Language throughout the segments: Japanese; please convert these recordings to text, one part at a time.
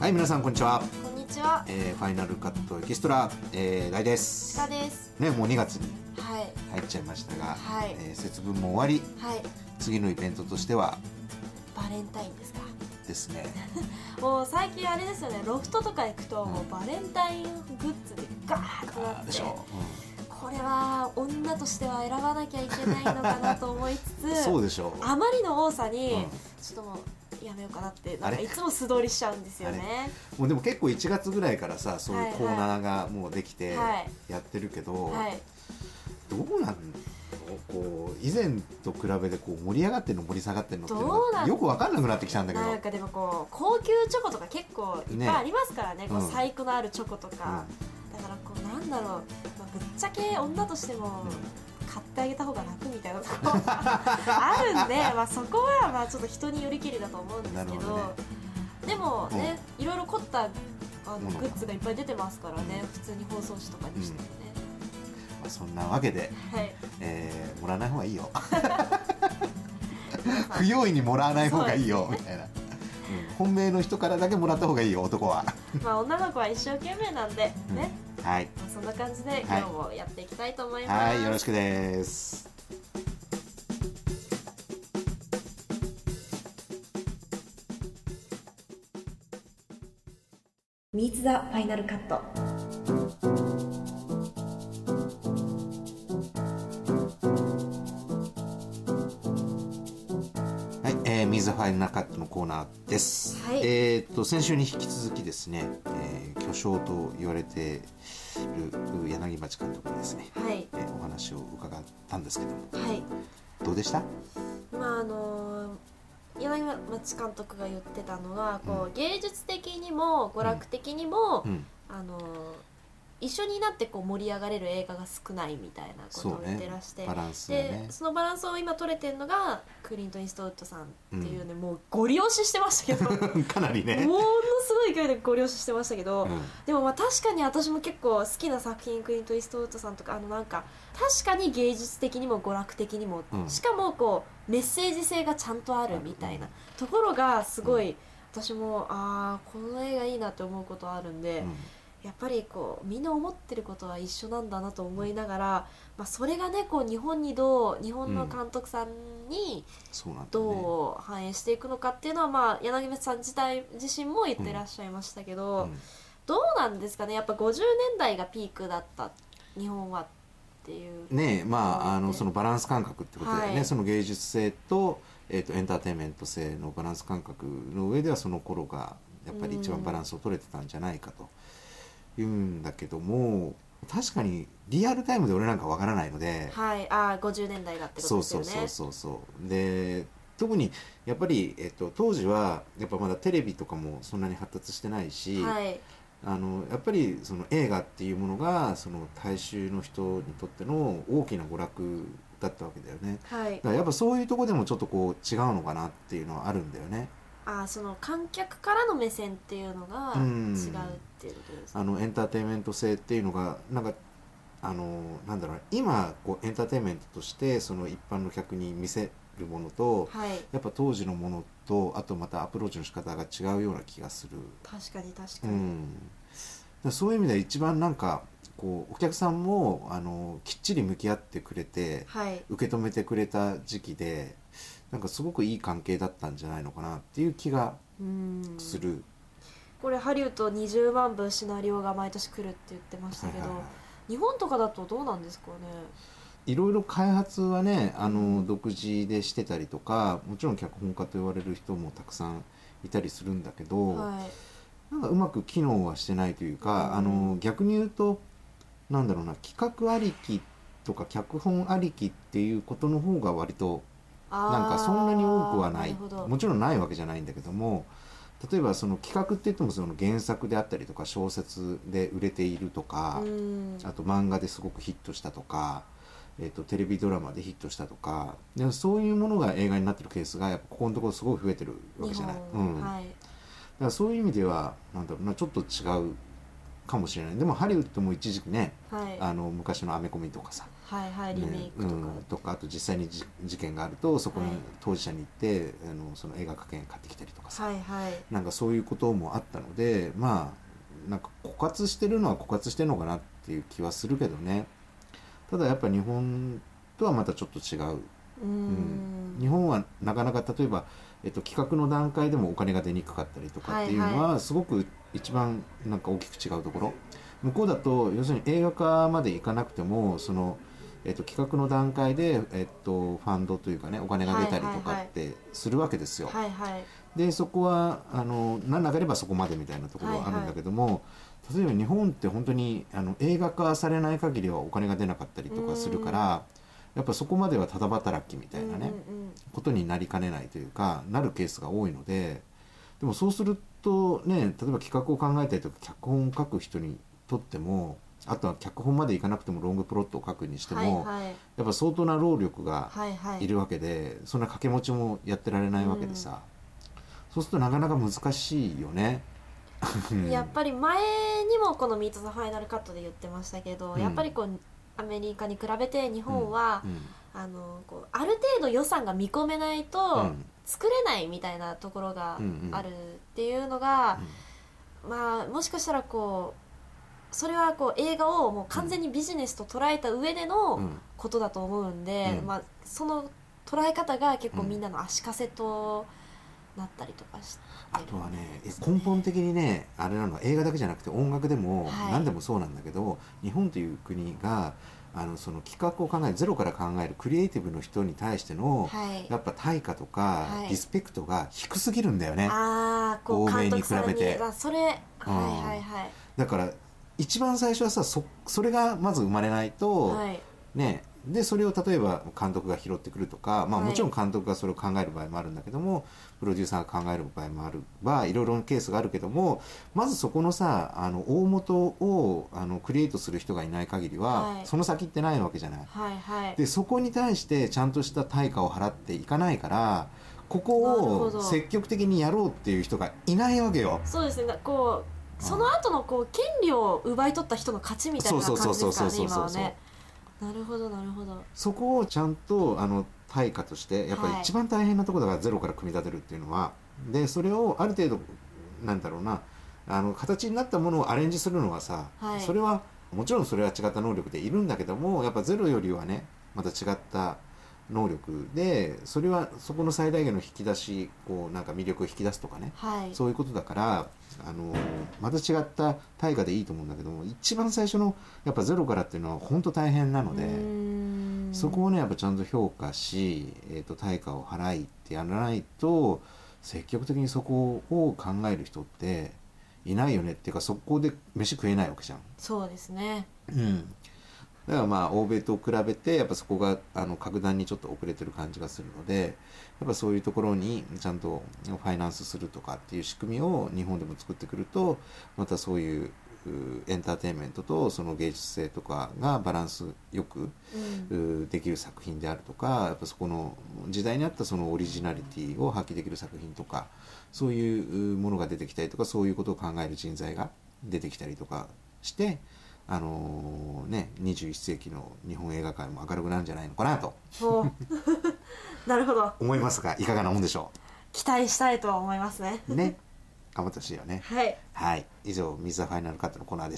はい、皆さんこんにちは。 こんにちは。 ファイナルカットエキストラ、大です。 鹿です。 ね、もう2月にはい入っちゃいましたが、 はい、 節分も終わり、 はい、 次のイベントとしてはバレンタインですか。 ですね。 もう最近あれですよね、ロフトとか行くと、もうバレンタイングッズでガーッとなって、 でしょ、 これは女としては選ばなきゃいけないのかなと思いつつそうでしょう。 あまりの多さに、ちょっともうやめようかなってなんかいつも素通りしちゃうんですよね。 もうでも結構1月ぐらいからさ、そういうコーナーがもうできてはいやってるけど、 はい、 どうなんの、こう以前と比べてこう盛り上がってるの盛り下がってるのっていうのがよく分かんなくなってきたんだけど、 なんかでもこう高級チョコとか結構いっぱいありますからね、こう細工のあるチョコとか、だからこうなんだろう、まあ、ぶっちゃけ女としても、買ってあげた方が楽みたいなところがあるんで、まあ、そこはまあちょっと人によりきりだと思うんですけど、でもね、いろいろ凝ったグッズがいっぱい出てますからね、普通に包装紙とかにしてもね、 まあ、そんなわけで、 はい、 もらわない方がいいよ不用意にもらわない方がいいよみたいな、本命の人からだけもらった方がいいよ、男は。 まあ女の子は一生懸命なんでね、 はい、 そんな感じで今日もやっていきたいと思います。 はい、よろしくです。 Meets the Final Cut。 ミズファイナルカットのコーナーです。 はい、 先週に引き続きですね、巨匠と言われている柳町監督にですね、 はい、 お話を伺ったんですけども、 はい、 どうでした？ まあ柳町監督が言ってたのはこう、芸術的にも娯楽的にも、一緒になってこう盛り上がれる映画が少ないみたいなことを言ってらして、 バランスがね、 でそのバランスを今取れてるのがクリント・イーストウッドさんっていうね、もうご利用ししてましたけどかなりね、 ものすごい勢いでご利用ししてましたけど、でもまあ確かに私も結構好きな作品、クリント・イーストウッドさんとかなんか確かに芸術的にも娯楽的にも、しかもこうメッセージ性がちゃんとあるみたいなところがすごい、私もこの映画いいなって思うことあるんで、やっぱりこうみんな思ってることは一緒なんだなと思いながら、まあ、それがねこう日本の監督さんにどう反映していくのかっていうのは、まあ、柳町さん自身も言ってらっしゃいましたけど、どうなんですかね、やっぱ50年代がピークだった日本はっていうね。まあそのバランス感覚ってことだよね、その芸術性と、エンターテインメント性のバランス感覚の上ではその頃がやっぱり一番バランスを取れてたんじゃないかと言うんだけども、確かにリアルタイムで俺なんかわからないので、 はい、50年代だってことですよね。 そうで、特にやっぱり、当時はやっぱまだテレビとかもそんなに発達してないし、やっぱりその映画っていうものがその大衆の人にとっての大きな娯楽だったわけだよね、だからやっぱそういうところでもちょっとこう違うのかなっていうのはあるんだよね。 その観客からの目線っていうのが違うっていうことですか？ エンターテインメント性っていうのがなんかなんだろう、今こうエンターテインメントとしてその一般の客に見せるものと、やっぱ当時のものと、あとまたアプローチの仕方が違うような気がする。 確かに確かに、 そういう意味では一番なんかこうお客さんもきっちり向き合ってくれて、受け止めてくれた時期で、なんかすごくいい関係だったんじゃないのかなっていう気がする。 これハリウッド20万部シナリオが毎年来るって言ってましたけど、日本とかだとどうなんですかね。 いろいろ開発はね、独自でしてたりとか、もちろん脚本家と言われる人もたくさんいたりするんだけど、なんかうまく機能はしてないというか、逆に言うとなんだろうな、企画ありきとか脚本ありきっていうことの方が割となんかそんなに多くはない。もちろんないわけじゃないんだけども、例えばその企画って言ってもその原作であったりとか小説で売れているとか、あと漫画ですごくヒットしたとか、テレビドラマでヒットしたとか、でそういうものが映画になってるケースがやっぱここのところすごい増えてるわけじゃない。だからそういう意味ではなんだろうな、ちょっと違うかもしれない。でもハリウッドも一時期ね、 はい、 昔のアメコミとかさ、 はいはい、リメイクとか、 とかあと実際に事件があるとそこに当事者に行って、その映画化券買ってきたりとかさ、 はいはい、 なんかそういうこともあったので、まあなんか枯渇してるのは枯渇してるのかなっていう気はするけどね。ただやっぱ日本とはまたちょっと違う。日本はなかなか例えば、企画の段階でもお金が出にくかったりとかっていうのはすごく一番なんか大きく違うところ。向こうだと要するに映画化までいかなくてもその、企画の段階で、ファンドというかねお金が出たりとかってするわけですよ。 はいはい、 でそこは何らかあればそこまでみたいなところはあるんだけども、例えば日本って本当に映画化されない限りはお金が出なかったりとかするから、やっぱそこまではただ働きみたいなね、ことになりかねないというかなるケースが多いので、でもそうするとね、例えば企画を考えたりとか脚本を書く人にとっても、あとは脚本までいかなくてもロングプロットを書くにしても、やっぱ相当な労力がいるわけで、そんな掛け持ちもやってられないわけでさ、そうするとなかなか難しいよね。 やっぱり前にもこの「ミート・ザ・ファイナル・カット」で言ってましたけど、やっぱりこうアメリカに比べて日本は、こうある程度予算が見込めないと作れないみたいなところがあるっていうのが、まあもしかしたらこうそれはこう映画をもう完全にビジネスと捉えた上でのことだと思うんで、まあ、その捉え方が結構みんなの足かせとなったりとかして、 あとはね根本的にねあれなのは映画だけじゃなくて音楽でも何でもそうなんだけど、日本という国がその企画を考えるゼロから考えるクリエイティブの人に対しての、やっぱ対価とか、リスペクトが低すぎるんだよね、欧米に比べて。 それ、 だから一番最初はさ それがまず生まれないと、ね、でそれを例えば監督が拾ってくるとか、まあ、もちろん監督がそれを考える場合もあるんだけども、プロデューサーが考える場合もあるいろいろなケースがあるけども、まずそこのさ大元をクリエイトする人がいない限りは、その先ってないわけじゃない、でそこに対してちゃんとした対価を払っていかないから、ここを積極的にやろうっていう人がいないわけよ。 そうですね、こうその後のこう権利を奪い取った人の勝ちみたいな感じですからね、今はね。なるほどなるほど。 そこをちゃんと対価としてやっぱり一番大変なところだから、ゼロから組み立てるっていうのは。でそれをある程度なんだろうな形になったものをアレンジするのはさ、それはもちろんそれは違った能力でいるんだけども、やっぱゼロよりはねまた違った能力で、それはそこの最大限の引き出しこうなんか魅力を引き出すとかね、そういうことだからまた違った対価でいいと思うんだけども、一番最初のやっぱゼロからっていうのは本当大変なので、そこをねやっぱちゃんと評価し、対価を払いってやらないと積極的にそこを考える人っていないよねっていうか、そこで飯食えないわけじゃん。 そうですね。 だからまあ欧米と比べてやっぱそこが格段にちょっと遅れてる感じがするので、やっぱそういうところにちゃんとファイナンスするとかっていう仕組みを日本でも作ってくると、またそういうエンターテインメントとその芸術性とかがバランスよく、できる作品であるとか、やっぱそこの時代に合ったそのオリジナリティを発揮できる作品とか、そういうものが出てきたりとか、そういうことを考える人材が出てきたりとかして21世紀の日本映画界も明るくなるんじゃないのかなとなるほど思いますが、いかがなもんでしょう。 期待したいとは思いますね。 ね、頑張ってほしいよね。はい、以上ミート・ザ・ファイナルカットのコーナーでした。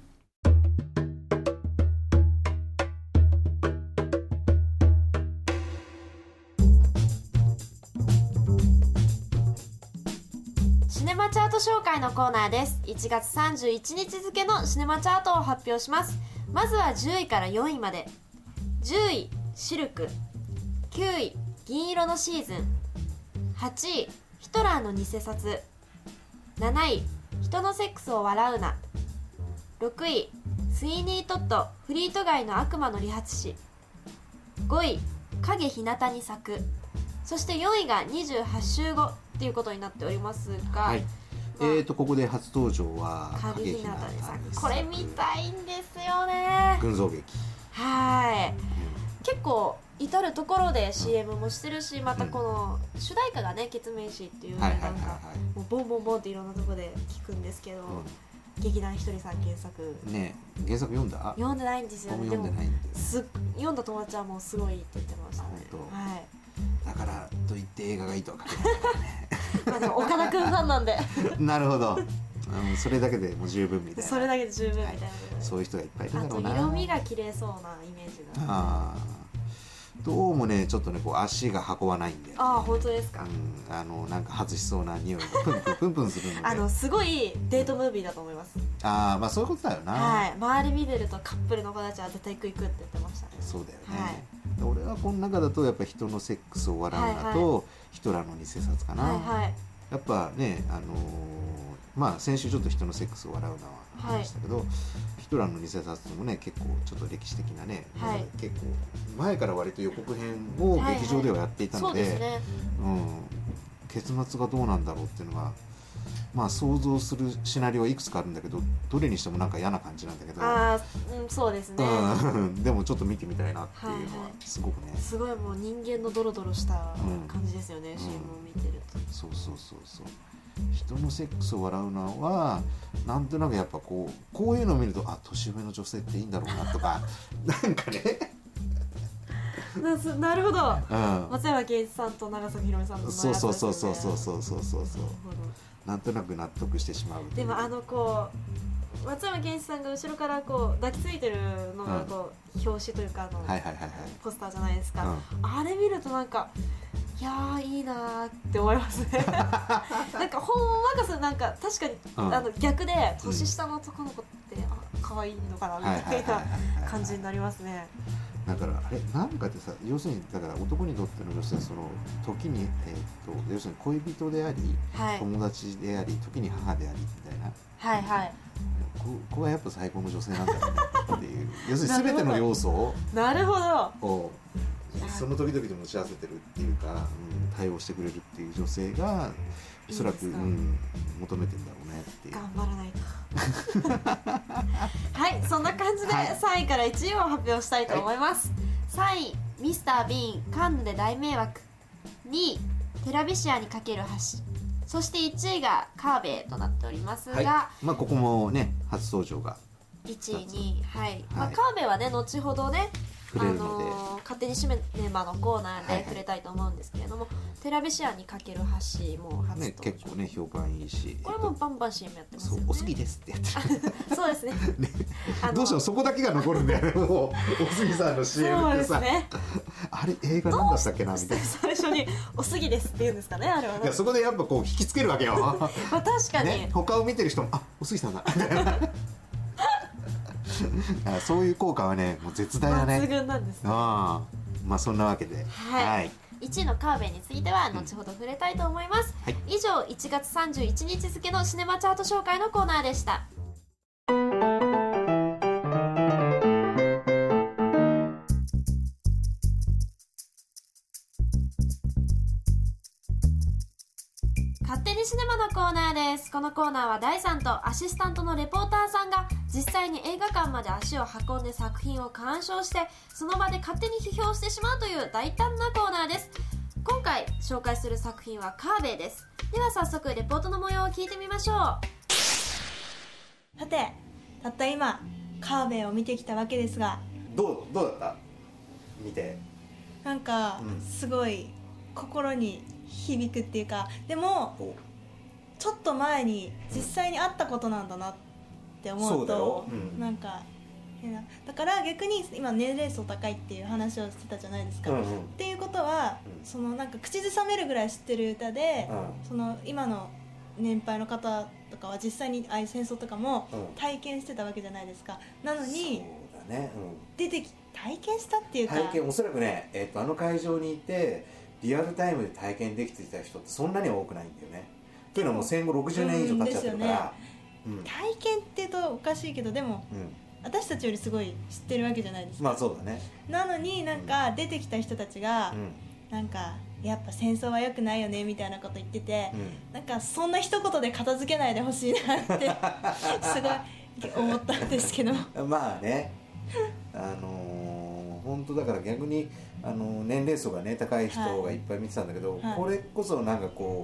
シネマチャート紹介のコーナーです。1月31日付のシネマチャートを発表します。まずは10位から4位まで。10位シルク、9位銀色のシーズン、8位ヒトラーの偽札、7位人のセックスを笑うな、6位スイーニー・トッドフリート街の悪魔の理髪師、5位影日向に咲く、そして4位が28週後っていうことになっておりますが、 ここで初登場は影日向に咲く、これ見たいんですよね。 群像劇。 結構至る所で CM もしてるし、またこの主題歌がね、ケツメイシっていうなんかもうボンボンボンっていろんなとこで聞くんですけど、 劇団ひとりさん原作ね。原作読んだ？ 読んでないんですよね。 読んでないんで、 読んだ友達はもうすごいって言ってましたね。はい。 だからといって映画がいいとは限らないからねまあでも岡田君ファンなんでなるほど、それだけでもう十分みたいな、 それだけで十分みたいな、 そういう人がいっぱいいるんだろうな。 あと色味が綺麗そうなイメージが、 どうもねちょっとねこう足が運ばないんで、ね、 本当ですか。 なんか外しそうな匂いがプンプンするのですごいデートムービーだと思います。 まあそういうことだよな。 はい、周り見てるとカップルの子たちは絶対行くって言ってましたね。 そうだよね、俺はこの中だとやっぱ人のセックスを笑うなと、ヒトラーの偽札かな、やっぱねまあ先週ちょっと人のセックスを笑うなは話したけど、ヒトラーの偽札もね結構ちょっと歴史的なね、結構前から割と予告編を劇場ではやっていたので、結末がどうなんだろうっていうのがまあ想像するシナリオはいくつかあるんだけど、どれにしてもなんか嫌な感じなんだけど、 そうですね、 でもちょっと見てみたいなっていうのはすごくね、 すごいもう人間のドロドロした感じですよね、CM を見てると。 そう人のセックスを笑うのはなんとなくやっぱこういうのを見ると年上の女性っていいんだろうなとかなんかねなるほど、松山ケンイチさんと長崎ひろみさんのそうなんとなく納得してしまう。 でも松山ケンイチさんが後ろから抱きついてるのが表紙というかポスターじゃないですか、あれ見るとなんかいやーいいなーって思いますねなんかほんわかする、なんか確かに、逆で年下の男の子って可愛いのかなみたいな感じになりますね。 だからあれなんかってさ、要するにだから男にとっての女性はその時に、要するに恋人であり、友達であり、時に母でありみたいな、ここはやっぱ最高の女性なんだよねっていう要するに全ての要素をその時々で持ち合わせてるっていうか、対応してくれるっていう女性がおそらく求めてんだろうねっていう。 頑張らないとはい、そんな感じで3位から1位を発表したいと思います。3位ミスター・ビーンカンヌで大迷惑、2位テラビシアにかける橋、そして1位がカーベイとなっておりますが、 ここもね初登場が 1位に、カーベイはね後ほどね勝手にシネマのコーナーで触れたいと思うんですけれども、テラビシアにかける橋も初登場、 結構ね評判いいし、 これもバンバン CM やってますよね。 おすぎですってやってるそうですねどうしてもそこだけが残るんだよねもうおすぎさんの CM ってさ、あれ映画なんだったっけなみたいな、 最初におすぎですって言うんですかね、あれは。 いやそこでやっぱこう引きつけるわけよ確かに、 他を見てる人もおすぎさんだみたいなそういう効果はねもう絶大だね。 抜群なんですね。 まあそんなわけで、 1位のカーベイについては後ほど触れたいと思います。以上1月31日付のシネマチャート紹介のコーナーでした。勝手にシネマのコーナーです。このコーナーは第3とアシスタントのレポーターさんが実際に映画館まで足を運んで作品を鑑賞してその場で勝手に批評してしまうという大胆なコーナーです。今回紹介する作品はカーベイです。では早速レポートの模様を聞いてみましょう。 さて、たった今カーベイを見てきたわけですが、 どうだった見て。 なんか、すごい心に響くっていうか、でもちょっと前に実際にあったことなんだなって思うと、なんかだから逆に今年齢層高いっていう話をしてたじゃないですか、っていうことは、そのなんか口ずさめるぐらい知ってる歌で、その今の年配の方とかは実際にああいう戦争とかも体験してたわけじゃないですか。なのに出てき体験したっていうか、 おそらくね、あの会場にいてリアルタイムで体験できていた人ってそんなには多くないんだよね。というのはもう戦後60年以上経っちゃってるから、 体験って言うとおかしいけど、でも、私たちよりすごい知ってるわけじゃないですか。 まあそうだね。 なのになんか出てきた人たちが、なんかやっぱ戦争は良くないよねみたいなこと言ってて、なんかそんな一言で片付けないでほしいなってすごい思ったんですけどまあね本当だから逆に年齢層がね高い人がいっぱい見てたんだけど、これこそなんかこう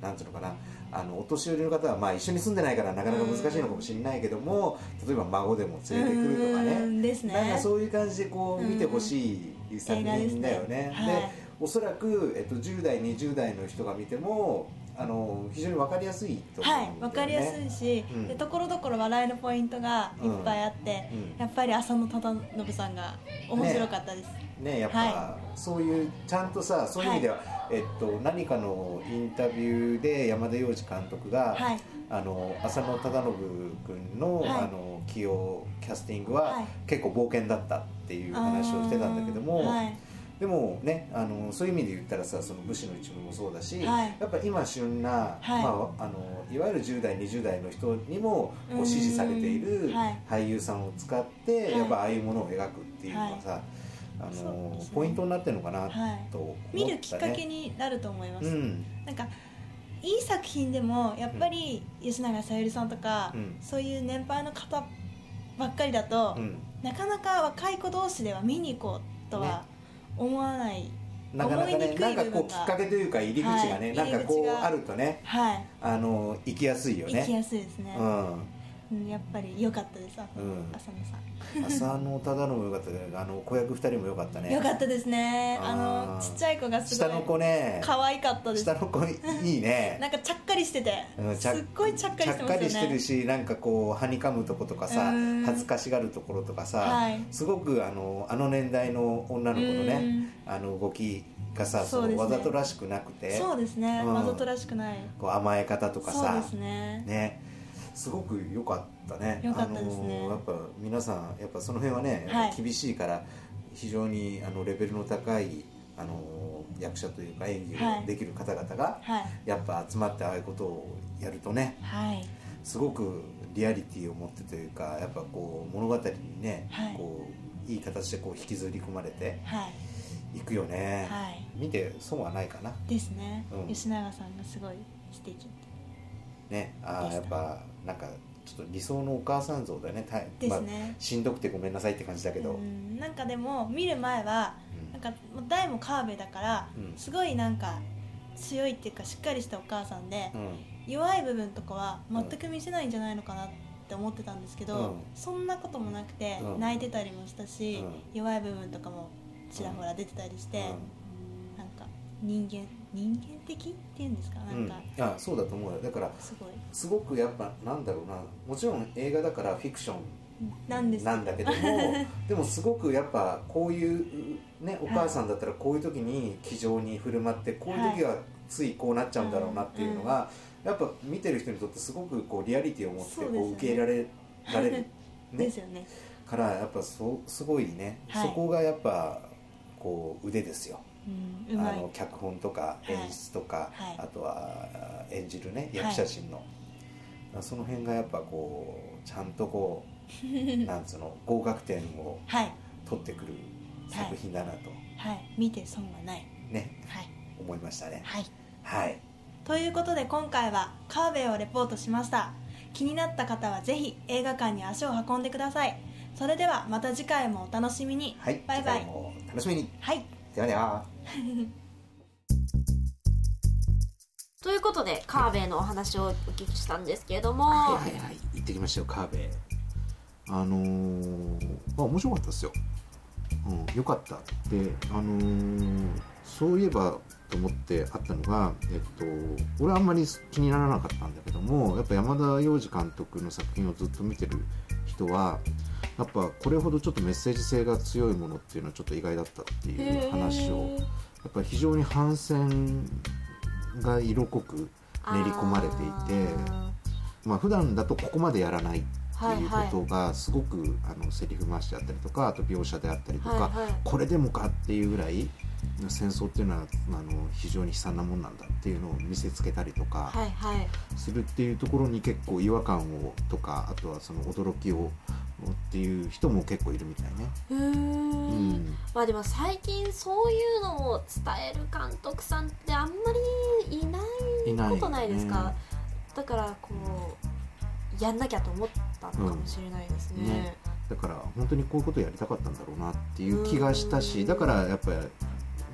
なんていうのかな、お年寄りの方はまあ一緒に住んでないからなかなか難しいのかもしれないけども、例えば孫でも連れてくるとかね、 ですね、 なんかそういう感じでこう見てほしい作品だよね。でおそらく、10代20代の人が見ても非常に分かりやすいと思うんだよね。 はい、分かりやすいし、でところどころ笑いのポイントがいっぱいあって、やっぱり浅野忠信さんが面白かったですね。やっぱ、そういうちゃんとさ、そういう意味では、何かのインタビューで山田洋次監督が、浅野忠信君の、起用キャスティングは、結構冒険だったっていう話をしてたんだけども、でもね、そういう意味で言ったらさ、その武士の一部もそうだし、やっぱ今旬な、いわゆる10代20代の人にもこう支持されている俳優さんを使って、やっぱああいうものを描くっていうのがさ、ポイントになってるのかなと思ったね。 見るきっかけになると思います。なんかいい作品でもやっぱり吉永小百合さんとか、そういう年配の方ばっかりだと、なかなか若い子同士では見に行こうとは思わない、 なかなかね、なんかこうきっかけというか入り口がね、なんかこうあるとね、行きやすいよね。 行きやすいですね。やっぱり良かったです、浅野さん。 浅野忠信良かったけど、子役2人も良かったね。 良かったですね。ちっちゃい子がすごい下の子ね、 可愛かったです。 下の子いいね。 なんかちゃっかりしてて、すっごいちゃっかりしてますよね。ちゃっかりしてるし、なんかこうはにかむとことかさ、恥ずかしがるところとかさ、すごく年代の女の子のね、動きがさ、わざとらしくなくて、そうですね、わざとらしくない、 こう甘え方とかさ、 そうですね、 ね、すごく良かったね。 良かったですね。 やっぱ皆さんやっぱその辺はね、厳しいから非常にレベルの高い役者というか演技ができる方々がやっぱ集まってああいうことをやるとね、すごくリアリティを持ってというか、やっぱこう物語にね、こういい形でこう引きずり込まれていくよね。見て損はないかな。 ですね。吉永さんがすごい素敵ね。やっぱなんかちょっと理想のお母さん像だよね。ですね。しんどくてごめんなさいって感じだけど、 なんかでも見る前はなんか大も川辺だから、すごいなんか強いっていうかしっかりしたお母さんで、弱い部分とかは全く見せないんじゃないのかなって思ってたんですけど、そんなこともなくて、泣いてたりもしたし、弱い部分とかもちらほら出てたりして、なんか人間的っていうんですか、なんか、 そうだと思うよ。だからすごくやっぱなんだろうな、もちろん映画だからフィクションなんだけどもでもすごくやっぱこういうね、お母さんだったらこういう時に気丈に振る舞って、こういう時はついこうなっちゃうんだろうなっていうのが、やっぱ見てる人にとってすごくこうリアリティを持ってこう受け入れられるですよね。 からやっぱすごいね、そこがやっぱこう腕ですよ。脚本とか演出とか、あとは演じるね役者陣の、その辺がやっぱこうちゃんとこうなんつうの合格点を取ってくる作品だなと、 見て損はないね、思いましたね。 ということで今回は川辺をレポートしました。気になった方はぜひ映画館に足を運んでください。それではまた次回もお楽しみに。バイバイ。 次回も楽しみに。ではでは。 ということで川辺のお話をお聞きしたんですけれども、 行ってきましたよ川辺。面白かったですよ。よかった。でそういえばと思ってあったのが、俺はあんまり気にならなかったんだけども、やっぱ山田洋次監督の作品をずっと見てる人はやっぱこれほどちょっとメッセージ性が強いものっていうのはちょっと意外だったっていう話を、やっぱり非常に反戦が色濃く練り込まれていて、普段だとここまでやらないっていうことがすごくセリフ回しであったりとか、あと描写であったりとか、これでもかっていうぐらい戦争っていうのは非常に悲惨なもんなんだっていうのを見せつけたりとかするっていうところに結構違和感をとか、あとはその驚きをっていう人も結構いるみたいね。 でも最近そういうのを伝える監督さんってあんまりいないことないですか。だからこうやんなきゃと思ったのかもしれないですね。 だから本当にこういうことやりたかったんだろうなっていう気がしたし、だからやっぱり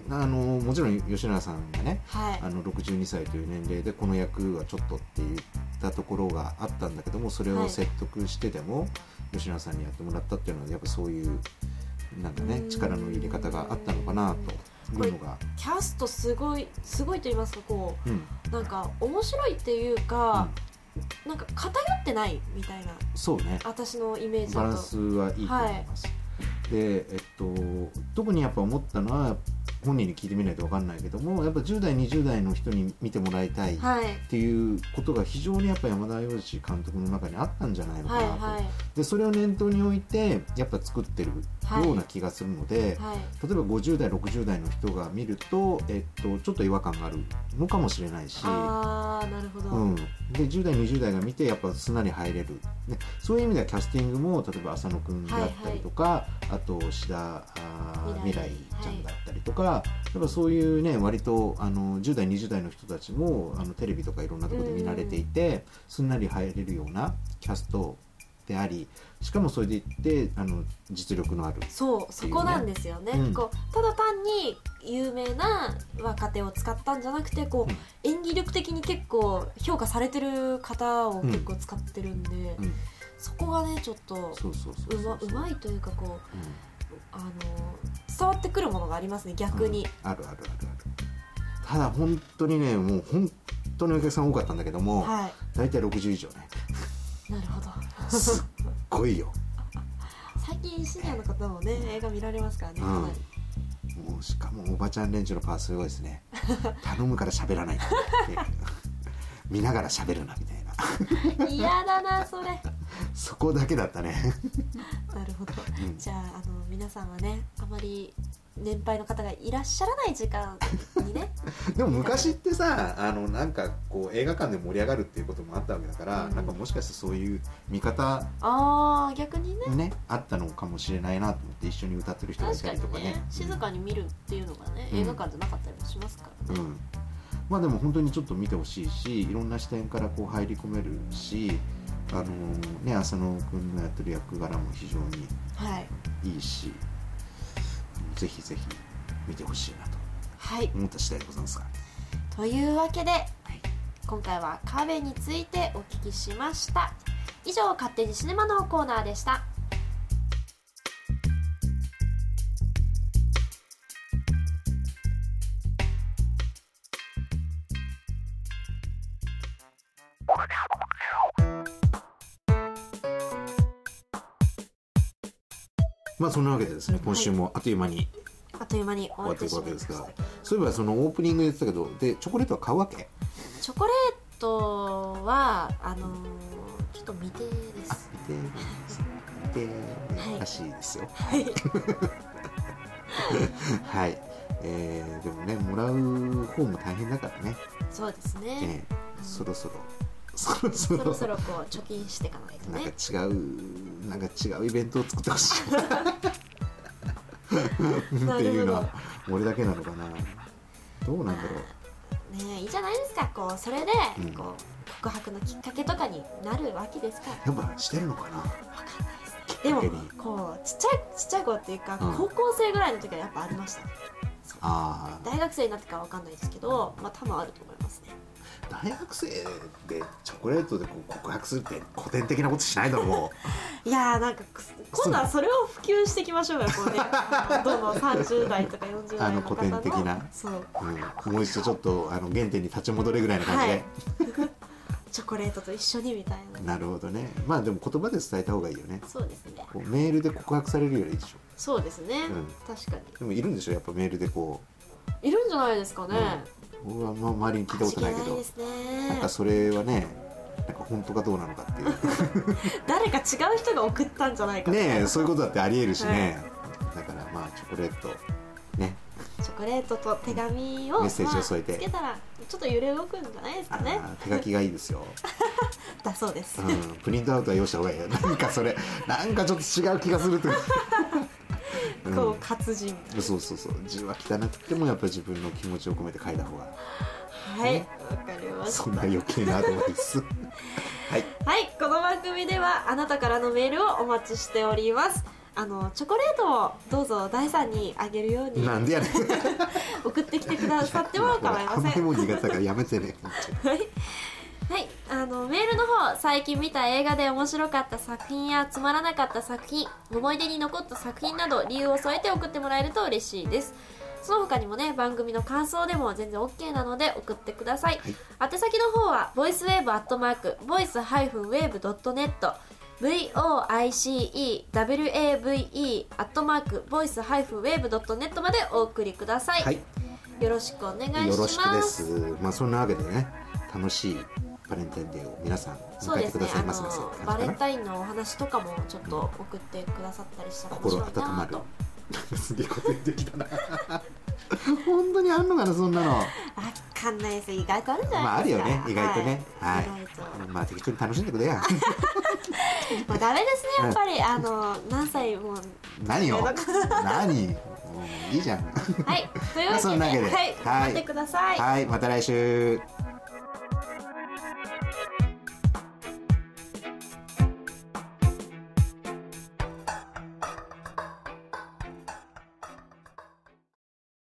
もちろん吉永さんがね、 はい、 62歳という年齢でこの役はちょっとって言ったところがあったんだけども、それを説得してでも吉永さんにやってもらったっていうのはやっぱそういうなんかね力の入れ方があったのかなというのが、 キャストすごいと言いますかこう、なんか面白いっていうか、なんか偏ってないみたいな、 そうね、 私のイメージだとバランスはいいと思います、で、特にやっぱ思ったのは本人に聞いてみないと分かんないけども、やっぱ10代20代の人に見てもらいたいっていうことが非常にやっぱ山田洋次監督の中にあったんじゃないのかなと、でそれを念頭に置いてやっぱ作ってるような気がするので、例えば50代60代の人が見ると、ちょっと違和感があるのかもしれないし、 なるほど、 で10代20代が見てやっぱすんなり入れる、ね、そういう意味ではキャスティングも例えば浅野くんであったりとか、あと志田未来ちゃんだったりとか、やっぱそういうね割と10代20代の人たちもテレビとかいろんなところで見慣れていて、すんなり入れるようなキャストであり、しかもそれでいって実力のある、 そこなんですよね、こうただ単に有名な若手を使ったんじゃなくてこう、演技力的に結構評価されてる方を結構使ってるんで、そこがねちょっとうまいというかこう、伝わってくるものがありますね逆に、 ある。ただ本当にねもう本当にお客さん多かったんだけども、大体60以上ね。 なるほど。 すっごいよ。 最近シニアの方もね映画見られますからね、 もうしかもおばちゃん連中のパワーすごいですね。頼むから喋らないって見ながら喋るなみたいな。 嫌だなそれ。 そこだけだったね。 なるほど、じゃあ皆さんはねあまり年配の方がいらっしゃらない時間にねでも昔ってさなんかこう映画館で盛り上がるっていうこともあったわけだから、なんかもしかしてそういう見方逆にねあったのかもしれないなと思って、一緒に歌ってる人がいたりとかね、 静かに見るっていうのがね、映画館じゃなかったりもしますからね、 まあでも本当にちょっと見てほしいし、いろんな視点からこう入り込めるし、浅野くんのやってる役柄も非常にいいし、ぜひぜひ見てほしいなと思った次第でございますが、 というわけで、今回はカベについてお聞きしました。以上、勝手にシネマのコーナーでした。 まあそんなわけでですね、今週もあっという間に終わってしまいました。 そういえばそのオープニングで言ってたけど、でチョコレートは買うわけ？ チョコレートはちょっと未定です。 未定らしいですよ。 はい。 はい。でもね、もらう方も大変だからね。 そうですね。 そろそろこう貯金していかないとね。 なんか違うイベントを作ってほしいっていうのは俺だけなのかな。どうなんだろう。ね、いいじゃないですか。こうそれで、こう告白のきっかけとかになるわけですから。 やっぱしてるのかな。わかんないですね。でもこうちっちゃい子っていうか、高校生ぐらいの時はやっぱありました。大学生になってからわかんないですけど、まあ多分あると思いますね。 大学生でチョコレートでこう告白するって古典的なことしないだろう。 いやなんか今度はそれを普及していきましょうよ。こうね、どんどん30代とか40代の方の古典的な、もう一度ちょっと原点に立ち戻れぐらいな感じで、 チョコレートと一緒にみたいな。なるほどね。まあでも言葉で伝えた方がいいよね。 そうですね。 こうメールで告白されるよりいいでしょ。 そうですね、確かに。 でもいるんでしょ、やっぱメールでこう。いるんじゃないですかね。 僕は周りに聞いたことないけど、なんかそれはね、なんか本当かどうなのかっていう誰か違う人が送ったんじゃないかね。そういうことだってありえるしね、だからまあチョコレートね、 チョコレートと手紙をメッセージを添えてつけたらちょっと揺れ動くんじゃないですかね。 手書きがいいですよ。 だそうです、 プリントアウトは用意した方がいいよ。なんかそれなんかちょっと違う気がするとこう活字みたいな。 そう字は汚くてもやっぱり自分の気持ちを込めて書いた方が。 はい、わかりました。 そんな余計なアドバイス。はい、 この番組ではあなたからのメールをお待ちしております。 チョコレートをどうぞ第3にあげるようになんでやねん送ってきてくださっても構いません。 甘いもん苦手だからやめてねはい、はい、メールの方、最近見た映画で面白かった作品やつまらなかった作品、思い出に残った作品など理由を添えて送ってもらえると嬉しいです。その他にもね、番組の感想でも全然 OK なので送ってください、はい、宛先の方は voicewave@voicewave.net voicewave@voice-wave.net までお送りください、はい、よろしくお願いします。 よろしくです。まあそんなわけでね、楽しいバレンタインデーを皆さん迎えてくださいますので、 バレンタインのお話とかもちょっと送ってくださったりしたら面白いなと。 心温まるすげえこと言ってきたな本当にあんのかなそんなの。 わかんないです。意外とあるじゃまあないですか。 あるよね、意外とね。はい。まあ適当に楽しんでくれや。 まあダメですね、やっぱり何歳も。 何を？何？いいじゃん。 はい。というわけで、 そんなわけで、 はい、待ってください。 はい、また来週。